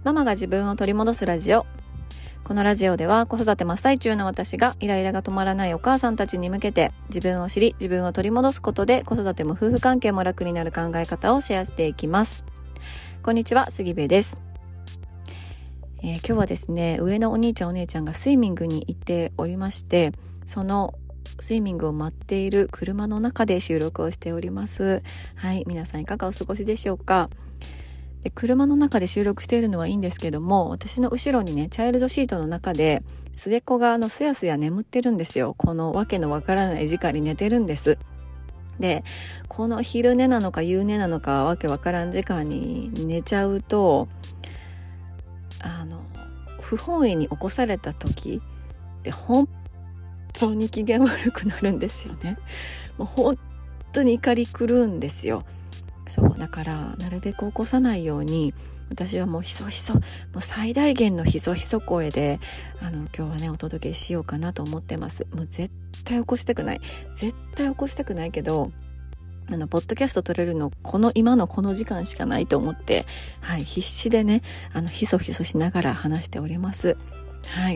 ママが自分を取り戻すラジオ。このラジオでは子育て真っ最中の私がイライラが止まらないお母さんたちに向けて自分を知り自分を取り戻すことで子育ても夫婦関係も楽になる考え方をシェアしていきます。こんにちは、杉部です。今日はですね、上のお兄ちゃんお姉ちゃんがスイミングに行っておりまして、そのスイミングを待っている車の中で収録をしております。はい、皆さんいかがお過ごしでしょうか。で、車の中で収録しているのはいいんですけども、私の後ろにね、チャイルドシートの中で末っ子がすやすや眠ってるんですよ。このわけのわからない時間に寝てるんです。で、この昼寝なのか夕寝なのかわけわからん時間に寝ちゃうと、不本意に起こされた時って本当に機嫌悪くなるんですよね。もう本当に怒り狂うんですよ。そうだからなるべく起こさないように私はもうひそひそ、もう最大限のひそひそ声で今日はねお届けしようかなと思ってます。もう絶対起こしたくないけどポッドキャスト撮れるの今のこの時間しかないと思って、はい、必死でねひそひそしながら話しております。はい、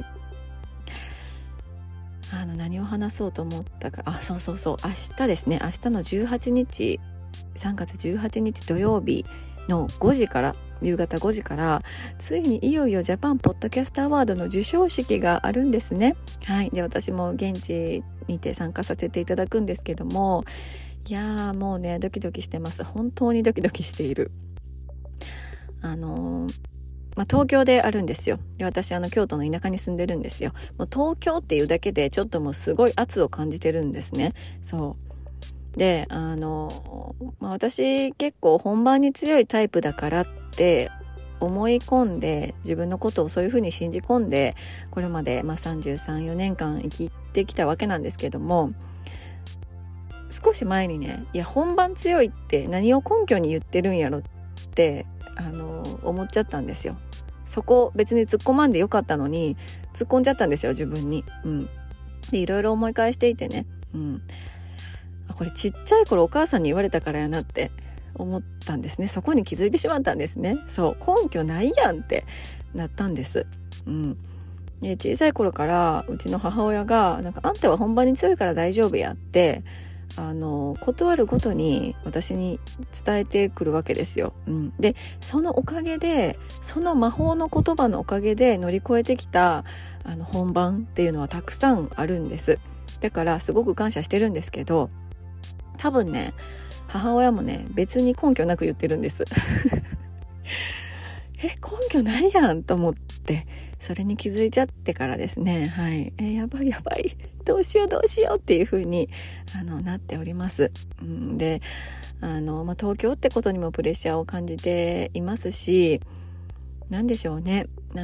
何を話そうと思ったか、そう明日ですね、明日の18日3月18日土曜日の夕方5時からついにいよいよジャパンポッドキャストアワードの授賞式があるんですね。はい、で私も現地にて参加させていただくんですけども、いやーもうねドキドキしてます。本当にドキドキしている。東京であるんですよ。で私京都の田舎に住んでるんですよ。もう東京っていうだけでちょっともうすごい圧を感じてるんですね。そうで私結構本番に強いタイプだからって思い込んで、自分のことをそういうふうに信じ込んでこれまで33、4年間生きてきたわけなんですけども、少し前にね、いや本番強いって何を根拠に言ってるんやろって思っちゃったんですよ。そこ別に突っ込まんでよかったのに突っ込んじゃったんですよ、自分に。でいろいろ思い返していてね、これちっちゃい頃お母さんに言われたからやなって思ったんですね。そこに気づいてしまったんですね。そう根拠ないやんってなったんです。で小さい頃からうちの母親があんたは本番に強いから大丈夫やって断るごとに私に伝えてくるわけですよ。でそのおかげで、その魔法の言葉のおかげで乗り越えてきた本番っていうのはたくさんあるんです。だからすごく感謝してるんですけど、多分ね母親もね別に根拠なく言ってるんです根拠ないやんと思って、それに気づいちゃってからですね、はい、やばいどうしようっていう風になっております。で東京ってことにもプレッシャーを感じていますし、なんでしょうね、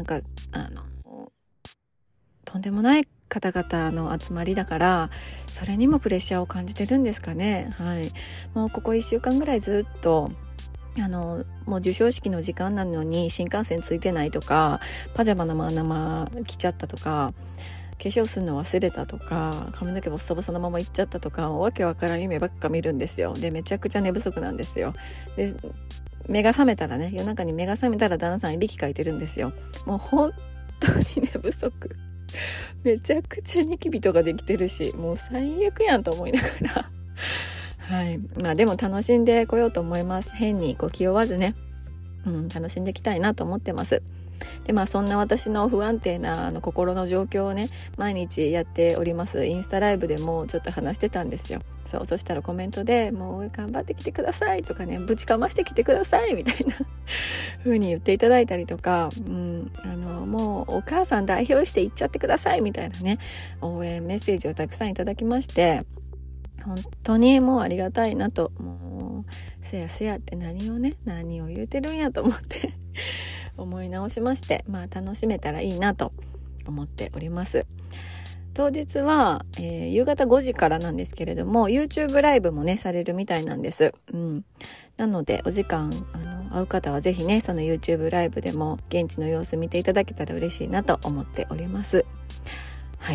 とんでもない方々の集まりだからそれにもプレッシャーを感じてるんですかね。はい、もうここ1週間ぐらいずっともう授賞式の時間なのに新幹線ついてないとか、パジャマのまま来ちゃったとか、化粧するの忘れたとか、髪の毛ボッサボサのまま行っちゃったとか、わけわからん夢ばっか見るんですよ。でめちゃくちゃ寝不足なんですよ。で目が覚めたらね、夜中に目が覚めたら旦那さんいびきかいてるんですよ。もう本当に寝不足めちゃくちゃニキビとかできてるし、もう最悪やんと思いながらはい、でも楽しんでこようと思います。変に気負わずね、楽しんでいきたいなと思ってます。でそんな私の不安定な心の状況をね毎日やっておりますインスタライブでもちょっと話してたんですよ。そしたらコメントでもう頑張ってきてくださいとかね、ぶちかましてきてくださいみたいな風に言っていただいたりとか、もうお母さん代表して言っちゃってくださいみたいなね応援メッセージをたくさんいただきまして、本当にもうありがたいなと、もうせやって何を言うてるんやと思って思い直しまして、楽しめたらいいなと思っております。当日は、夕方5時からなんですけれども YouTube ライブもねされるみたいなんです。なのでお時間会う方はぜひねその YouTube ライブでも現地の様子見ていただけたら嬉しいなと思っております。はい、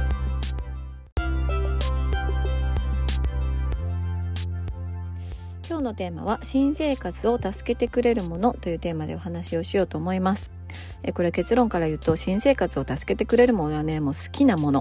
今今日のテーマは新生活を助けてくれるものというテーマでお話をしようと思います。これ結論から言うと、新生活を助けてくれるものはね、もう好きなもの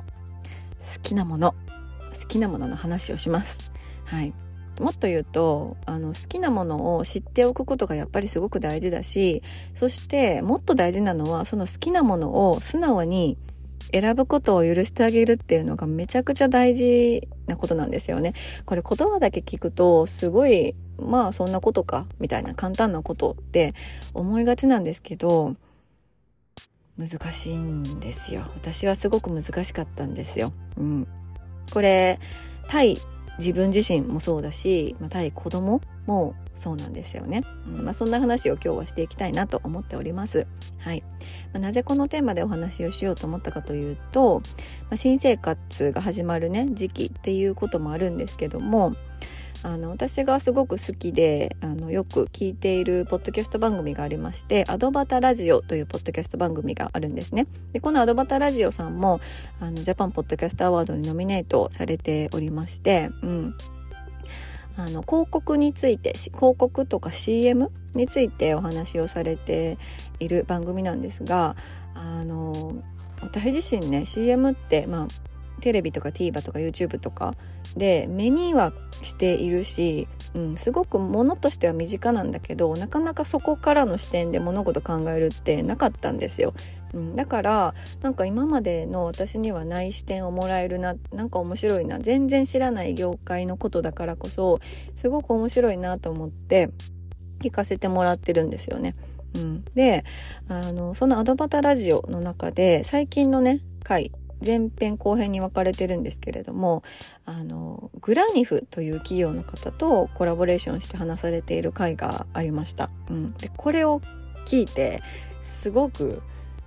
の話をします。はい。もっと言うと好きなものを知っておくことがやっぱりすごく大事だし、そしてもっと大事なのはその好きなものを素直に選ぶことを許してあげるっていうのがめちゃくちゃ大事なことなんですよね。これ言葉だけ聞くとすごいそんなことかみたいな簡単なことって思いがちなんですけど、難しいんですよ。私はすごく難しかったんですよ。これ対自分自身もそうだし、対子供もそうなんですよね。そんな話を今日はしていきたいなと思っております。はい。なぜこのテーマでお話をしようと思ったかというと、新生活が始まるね時期っていうこともあるんですけども、私がすごく好きでよく聞いているポッドキャスト番組がありまして、アドバタラジオというポッドキャスト番組があるんですね。でこのアドバタラジオさんもジャパンポッドキャストアワードにノミネートされておりまして、広告について、広告とか CM についてお話をされている番組なんですが、私自身ね CM ってテレビとか TVer とか YouTube とかで目にはしているし、すごくものとしては身近なんだけど、なかなかそこからの視点で物事考えるってなかったんですよ。だから今までの私にはない視点をもらえるな、面白いな、全然知らない業界のことだからこそすごく面白いなと思って聞かせてもらってるんですよね。でそのアドバタラジオの中で最近のね回、前編後編に分かれてるんですけれども、グラニフという企業の方とコラボレーションして話されている回がありました。でこれを聞いてすごく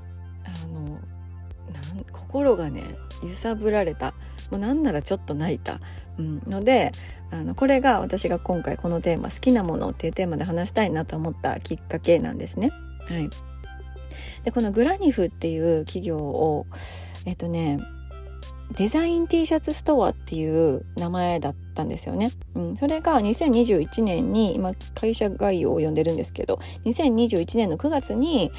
心がね揺さぶられた、もうなんならちょっと泣いた、のでこれが私が今回このテーマ、好きなものっていうテーマで話したいなと思ったきっかけなんですね。はい。でこのグラニフっていう企業をデザイン T シャツストアっていう名前だったんですよね。それが2021年に、今会社概要を読んでるんですけど、2021年の9月に、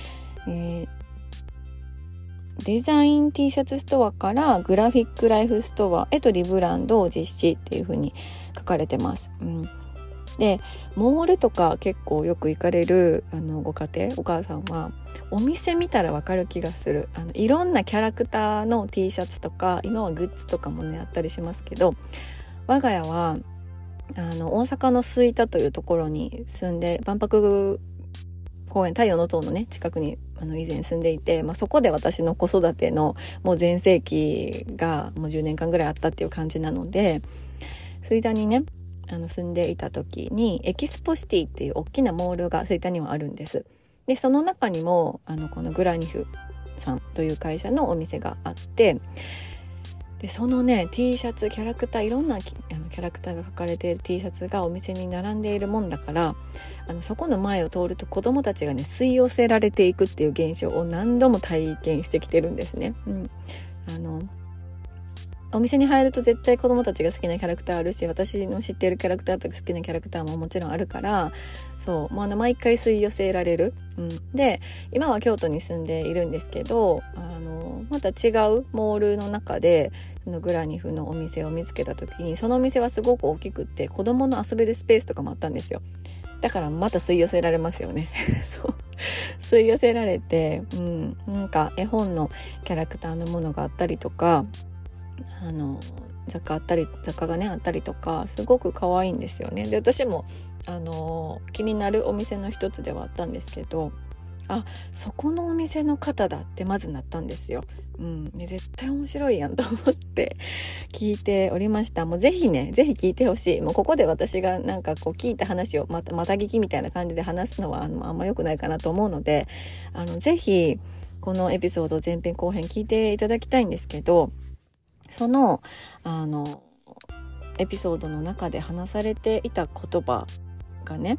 デザイン T シャツストアからグラフィックライフストアへとリブランドを実施っていう風に書かれてます。でモールとか結構よく行かれるご家庭、お母さんはお店見たらわかる気がする。いろんなキャラクターの T シャツとか今はグッズとかもねあったりしますけど、我が家は大阪の吹田というところに住んで、万博公園、太陽の塔のね近くに以前住んでいて、そこで私の子育てのもう全盛期がもう10年間ぐらいあったっていう感じなので、吹田にね住んでいた時にエキスポシティっていう大きなモールが吹田にはあるんです。でその中にもこのグラニフさんという会社のお店があって、でそのね T シャツ、キャラクター、いろんなキャラクターが描かれている T シャツがお店に並んでいるもんだから、そこの前を通ると子どもたちがね吸い寄せられていくっていう現象を何度も体験してきてるんですね。お店に入ると絶対子供たちが好きなキャラクターあるし、私の知っているキャラクターとか好きなキャラクターももちろんあるから、そうもう毎回吸い寄せられる。で今は京都に住んでいるんですけど、また違うモールの中でそのグラニフのお店を見つけた時に、そのお店はすごく大きくって子供の遊べるスペースとかもあったんですよ。だからまた吸い寄せられますよねそう吸い寄せられて、絵本のキャラクターのものがあったりとか、雑貨がねあったりとか、すごく可愛いんですよね。で私も気になるお店の一つではあったんですけど、そこのお店の方だってまずなったんですよ。絶対面白いやんと思って聞いておりました。もうぜひ聞いてほしい。もうここで私が聞いた話をまた聞きみたいな感じで話すのはあんま良くないかなと思うので、ぜひこのエピソード前編後編聞いていただきたいんですけど、そのエピソードの中で話されていた言葉がね、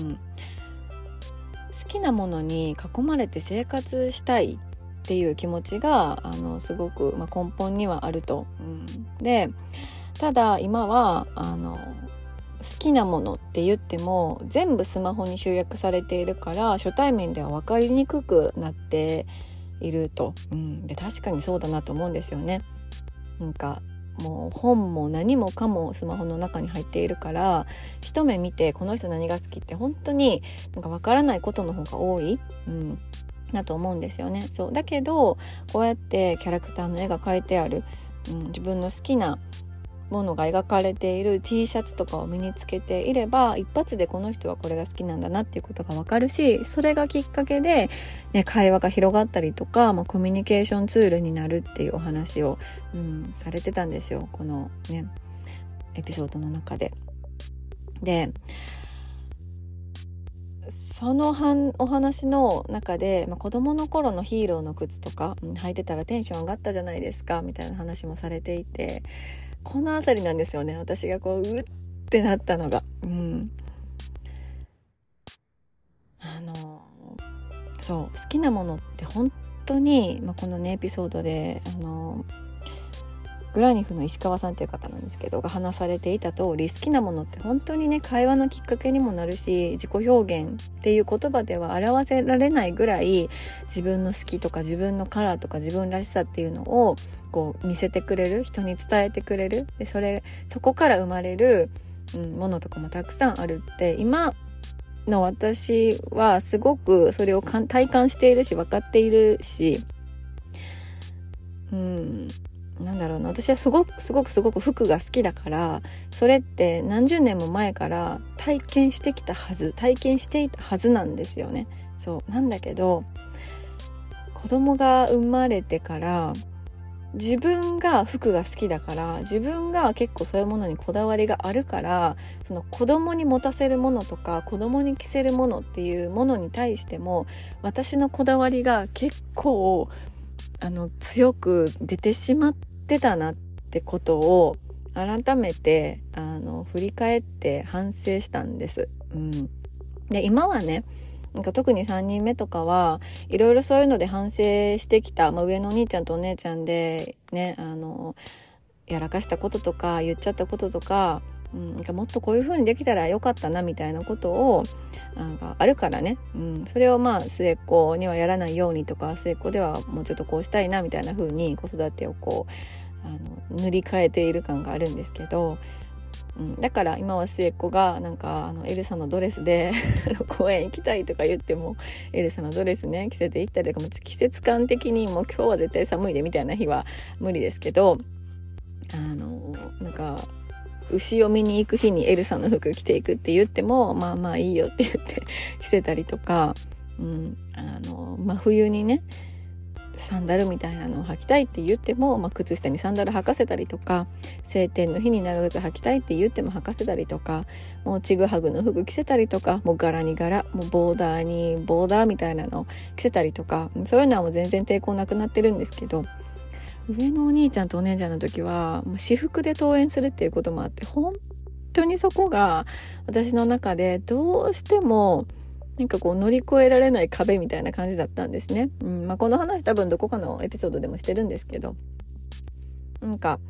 好きなものに囲まれて生活したいっていう気持ちがすごく、根本にはあると。でただ今はきなものって言っても全部スマホに集約されているから初対面では分かりにくくなっていると、で確かにそうだなと思うんですよね。なんかもう本も何もかもスマホの中に入っているから一目見てこの人何が好きって本当になんか分からないことの方が多い、だと思うんですよね。そうだけどこうやってキャラクターの絵が描いてある、自分の好きなものが描かれている T シャツとかを身につけていれば一発でこの人はこれが好きなんだなっていうことが分かるし、それがきっかけで、会話が広がったりとか、コミュニケーションツールになるっていうお話を、されてたんですよ、このねエピソードの中で。でそのお話の中で、子供の頃のヒーローの靴とか、履いてたらテンション上がったじゃないですかみたいな話もされていて、このあたりなんですよね、私がこううってなったのが、そう好きなものって本当に、このねエピソードでグラニフの石川さんっていう方なんですけどが話されていた通り、好きなものって本当にね会話のきっかけにもなるし、自己表現っていう言葉では表せられないぐらい自分の好きとか自分のカラーとか自分らしさっていうのをこう見せてくれる、人に伝えてくれる。でそこから生まれる、ものとかもたくさんあるって今の私はすごくそれを体感しているし分かっているし、なんだろうな、私はすごく服が好きだから、それって何十年も前から体験していたはずなんですよね。そうなんだけど、子供が生まれてから自分が服が好きだから、自分が結構そういうものにこだわりがあるから、その子供に持たせるものとか子供に着せるものっていうものに対しても私のこだわりが結構強く出てしまってたなってことを改めて振り返って反省したんです。で今はね、なんか特に3人目とかはいろいろそういうので反省してきた、上のお兄ちゃんとお姉ちゃんでねやらかしたこととか言っちゃったこととか、なんかもっとこういう風にできたらよかったなみたいなことをなんかあるからね、それを末っ子にはやらないようにとか、末っ子ではもうちょっとこうしたいなみたいな風に子育てをこう塗り替えている感があるんですけど、だから今は末っ子がなんかエルサのドレスで公園行きたいとか言ってもエルサのドレスね着せて行ったりとか、も季節感的にもう今日は絶対寒いでみたいな日は無理ですけど、なんか牛を見に行く日にエルサの服着ていくって言ってもまあいいよって言って着せたりとか、真冬にねサンダルみたいなのを履きたいって言っても、靴下にサンダル履かせたりとか、晴天の日に長靴履きたいって言っても履かせたりとか、もうちぐはぐの服着せたりとか、もう柄に柄、もうボーダーにボーダーみたいなのを着せたりとか、そういうのはもう全然抵抗なくなってるんですけど、上のお兄ちゃんとお姉ちゃんの時は私服で登園するっていうこともあって、本当にそこが私の中でどうしてもなんかこう乗り越えられない壁みたいな感じだったんですね。この話多分どこかのエピソードでもしてるんですけど、なんか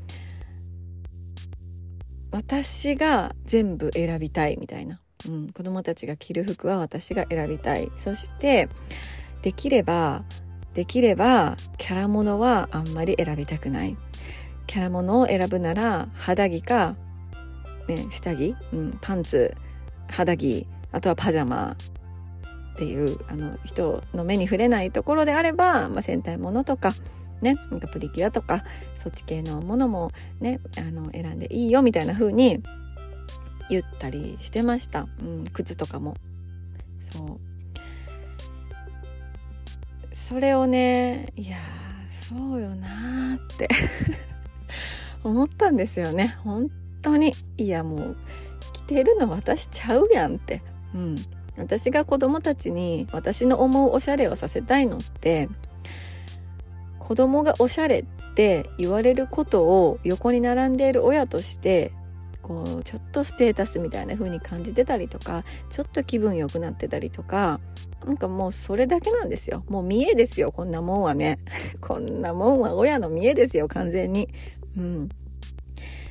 私が全部選びたいみたいな、子供たちが着る服は私が選びたい。そしてできればキャラものはあんまり選びたくない。キャラものを選ぶなら肌着か、下着、パンツ、肌着、あとはパジャマっていう人の目に触れないところであれば、戦隊ものとかね、なんかプリキュアとかそっち系のものもね選んでいいよみたいな風に言ったりしてました。靴とかもそれをね、いやそうよなって思ったんですよね。本当にいやもう着てるの私ちゃうやんって、私が子供たちに私の思うおしゃれをさせたいのって、子供がおしゃれって言われることを横に並んでいる親としてこうちょっとステータスみたいな風に感じてたりとか、ちょっと気分良くなってたりとか、なんかもうそれだけなんですよ。もう見栄ですよ、こんなもんはねこんなもんは親の見栄ですよ、完全に。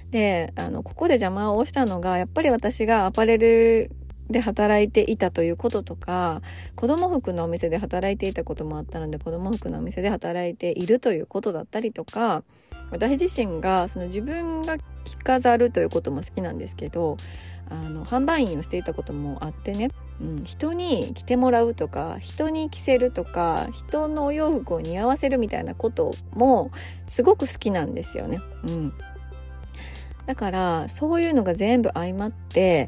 でここで邪魔をしたのがやっぱり私がアパレルで働いていたということとか、子供服のお店で働いていたこともあったので子供服のお店で働いているということだったりとか、私自身がその自分が着飾るということも好きなんですけど、販売員をしていたこともあってね、人に着てもらうとか人に着せるとか人のお洋服を似合わせるみたいなこともすごく好きなんですよね。だからそういうのが全部相まって、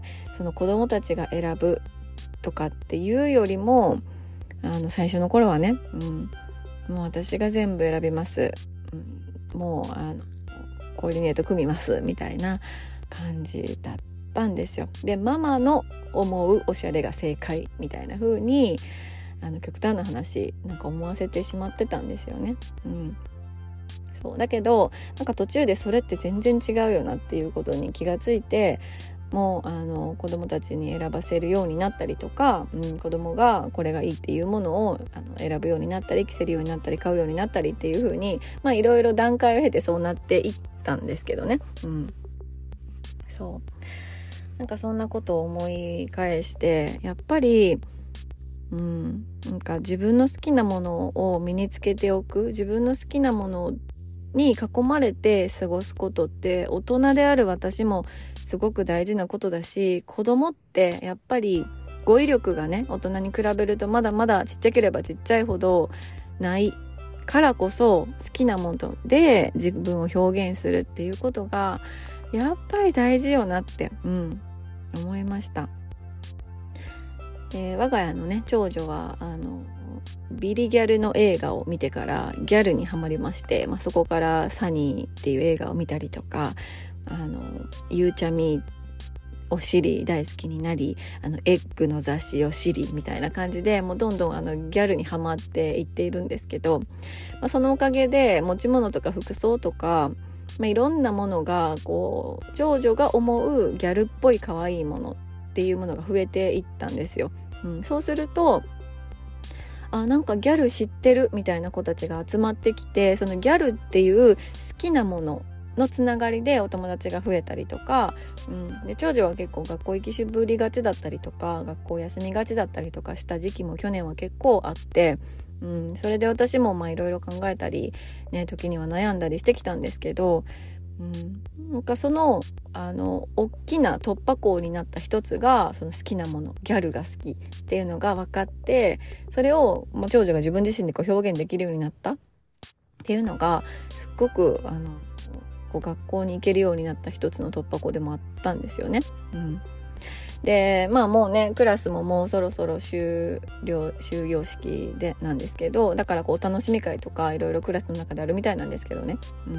その子どもたちが選ぶとかっていうよりも最初の頃はね、もう私が全部選びます、もうコーディネート組みますみたいな感じだったんですよ。でママの思うおしゃれが正解みたいな風に極端な話なんか思わせてしまってたんですよね。そうだけどなんか途中でそれって全然違うよなっていうことに気がついて、もう子供たちに選ばせるようになったりとか、子供がこれがいいっていうものを選ぶようになったり着せるようになったり買うようになったりっていう風にいろいろ段階を経てそうなっていったんですけどね。そうなんかそんなことを思い返してやっぱりなんか自分の好きなものを身につけておく、自分の好きなものに囲まれて過ごすことって大人である私もすごく大事なことだし、子供ってやっぱり語彙力がね大人に比べるとまだまだちっちゃければちっちゃいほどないからこそ、好きなもので自分を表現するっていうことがやっぱり大事よなって、思いました。我が家のね長女はビリギャルの映画を見てからギャルにハマりまして、そこからサニーっていう映画を見たりとか、ゆうちゃみを知り大好きになり、エッグの雑誌を知りみたいな感じでもうどんどんギャルにハマっていっているんですけど、そのおかげで持ち物とか服装とか、いろんなものがこう長女が思うギャルっぽい可愛いものっていうものが増えていったんですよ。そうするとなんかギャル知ってるみたいな子たちが集まってきて、そのギャルっていう好きなもののつながりでお友達が増えたりとか、で長女は結構学校行きしぶりがちだったりとか学校休みがちだったりとかした時期も去年は結構あって、それで私もいろいろ考えたり、時には悩んだりしてきたんですけど、なんかその大きな突破口になった一つがその好きなもの、ギャルが好きっていうのが分かって、それを長女が自分自身で表現できるようになったっていうのがすっごく学校に行けるようになった一つの突破口でもあったんですよね。でもうねクラスももうそろそろ終業式でなんですけど、だからお楽しみ会とかいろいろクラスの中であるみたいなんですけどね、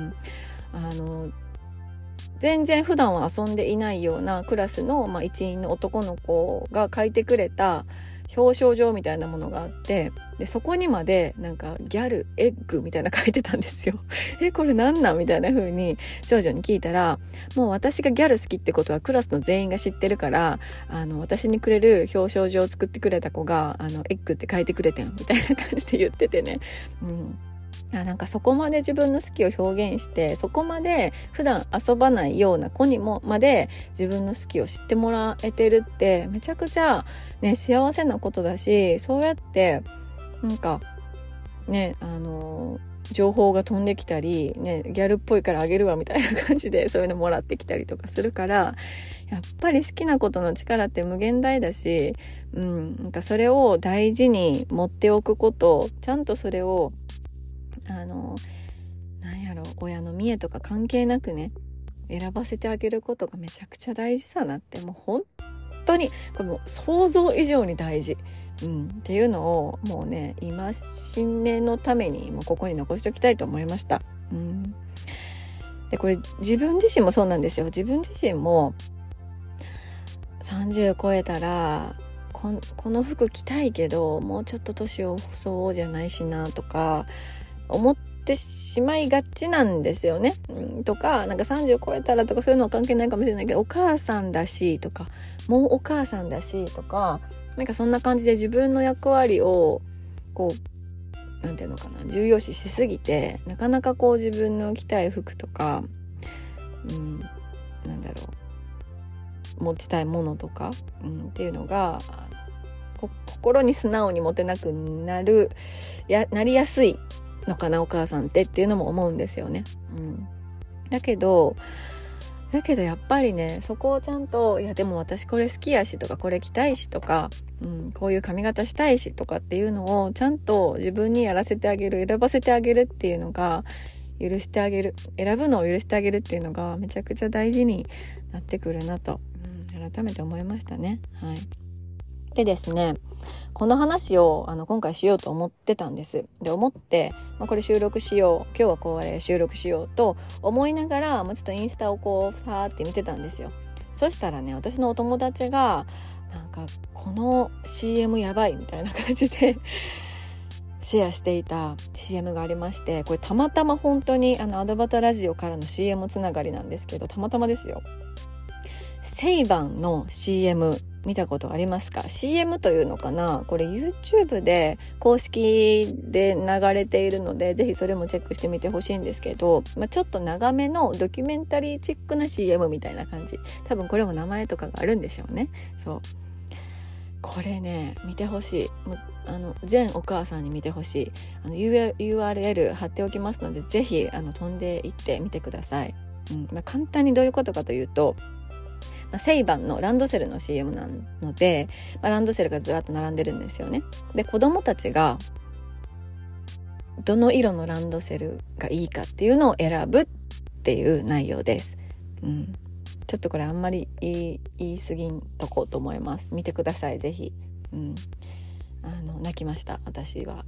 全然普段は遊んでいないようなクラスの、一員の男の子が書いてくれた表彰状みたいなものがあって、でそこにまでなんかギャルエッグみたいな書いてたんですよ。これなんなんみたいな風に長女に聞いたら、もう私がギャル好きってことはクラスの全員が知ってるから、私にくれる表彰状を作ってくれた子がエッグって書いてくれてんみたいな感じで言っててね、なんかそこまで自分の好きを表現して、そこまで普段遊ばないような子にもまで自分の好きを知ってもらえてるってめちゃくちゃね幸せなことだし、そうやってなんかね情報が飛んできたりね、ギャルっぽいからあげるわみたいな感じでそういうのもらってきたりとかするから、やっぱり好きなことの力って無限大だし、なんかそれを大事に持っておくこと、ちゃんとそれを親の見栄とか関係なくね選ばせてあげることがめちゃくちゃ大事だなって、もう本当にこれもう想像以上に大事、っていうのをもうね戒めのためにもうここに残しておきたいと思いました。でこれ自分自身もそうなんですよ。自分自身も30超えたらこの服着たいけどもうちょっと年をそうじゃないしなとか思ってしまいがちなんですよね。とかなんか30超えたらとかそういうのは関係ないかもしれないけど、お母さんだしとかもうお母さんだしとか、なんかそんな感じで自分の役割をなんていうのかな、重要視しすぎてなかなか自分の着たい服とか、 持ちたいものとか、っていうのが心に素直に持てなくなりやすいのかな、お母さんっていうのも思うんですよね。だけどやっぱりね、そこをちゃんと、いやでも私これ好きやしとか、これ着たいしとか、こういう髪型したいしとかっていうのをちゃんと自分にやらせてあげる、選ばせてあげるっていうのが、選ぶのを許してあげるっていうのがめちゃくちゃ大事になってくるなと、改めて思いましたね。でですね、この話を今回しようと思ってたんです。で思って、これ収録しよう、今日はこれ収録しようと思いながら、ちょっとインスタをこうさーって見てたんですよ。そしたらね、私のお友達がこの CM やばいみたいな感じでシェアしていた CM がありまして、これたまたま本当にアドバタラジオからの CM つながりなんですけど、たまたまですよ。セイバンの CM 見たことありますか？ CM というのかな、これ YouTube で公式で流れているので、ぜひそれもチェックしてみてほしいんですけど、ちょっと長めのドキュメンタリーチックな CM みたいな感じ。多分これも名前とかがあるんでしょうね。そうこれね、見てほしい。全お母さんに見てほしい。URL 貼っておきますので、ぜひ飛んでいってみてください。簡単にどういうことかというと、セイバンのランドセルの CM なので、ランドセルがずらっと並んでるんですよね。で、子供たちがどの色のランドセルがいいかっていうのを選ぶっていう内容です。ちょっとこれあんまり言い過ぎんとこうと思います。見てください、ぜひ。泣きました私は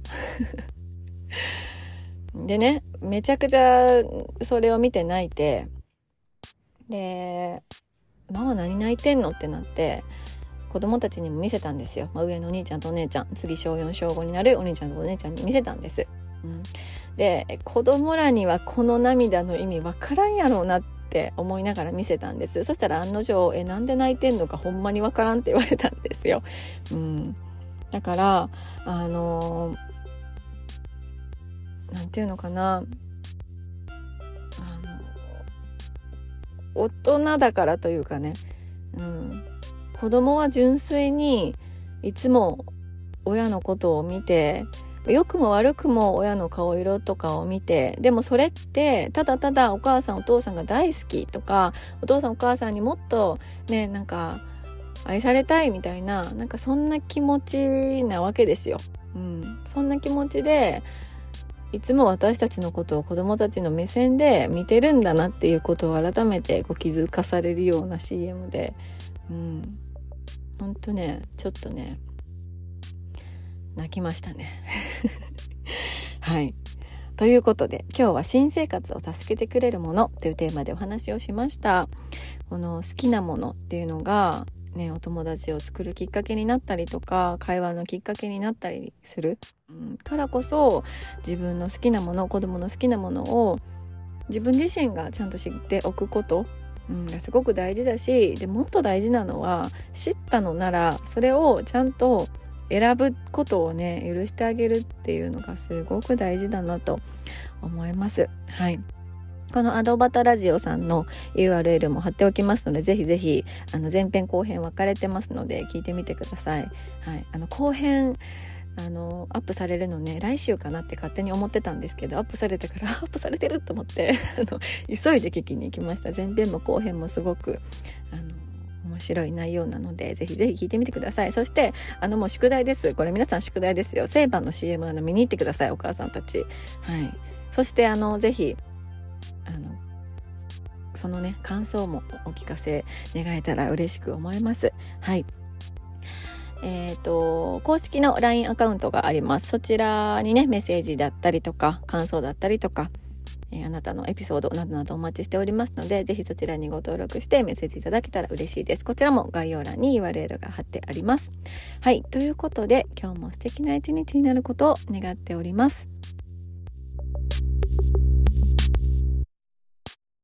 でね、めちゃくちゃそれを見て泣いて、でママ何泣いてんのってなって、子供たちにも見せたんですよ。上のお兄ちゃんとお姉ちゃん、次小4小5になるお兄ちゃんとお姉ちゃんに見せたんです。で、子供らにはこの涙の意味わからんやろうなって思いながら見せたんです。そしたら案の定、なんで泣いてんのかほんまにわからんって言われたんですよ。だからなんていうのかな、大人だからというかね、子供は純粋にいつも親のことを見て、良くも悪くも親の顔色とかを見て、でもそれってただただお母さんお父さんが大好きとか、お父さんお母さんにもっとね、愛されたいみたいな、そんな気持ちなわけですよ。そんな気持ちでいつも私たちのことを子供たちの目線で見てるんだなっていうことを改めて気づかされるような CM で、ほんとね、ちょっとね泣きましたねはい、ということで今日は新生活を助けてくれるものというテーマでお話をしました。この好きなものっていうのがね、お友達を作るきっかけになったりとか、会話のきっかけになったりする、からこそ、自分の好きなもの、子供の好きなものを自分自身がちゃんと知っておくこと、がすごく大事だし、でもっと大事なのは、知ったのならそれをちゃんと選ぶことをね、許してあげるっていうのがすごく大事だなと思います。はい、このアドバタラジオさんの URL も貼っておきますので、ぜひぜひ前編後編分かれてますので聞いてみてください。はい、後編アップされるのね、来週かなって勝手に思ってたんですけど、アップされてからアップされてると思って急いで聞きに行きました。前編も後編もすごく面白い内容なので、ぜひぜひ聞いてみてください。そしてもう宿題です。これ皆さん宿題ですよ。セイバンの CM 見に行ってください、お母さんたち。はい、そしてぜひそのね感想もお聞かせ願えたら嬉しく思います。はい、公式の LINE アカウントがあります。そちらにねメッセージだったりとか感想だったりとか、あなたのエピソードなどなどお待ちしておりますので、ぜひそちらにご登録してメッセージいただけたら嬉しいです。こちらも概要欄に URL が貼ってあります。はい、ということで今日も素敵な一日になることを願っております。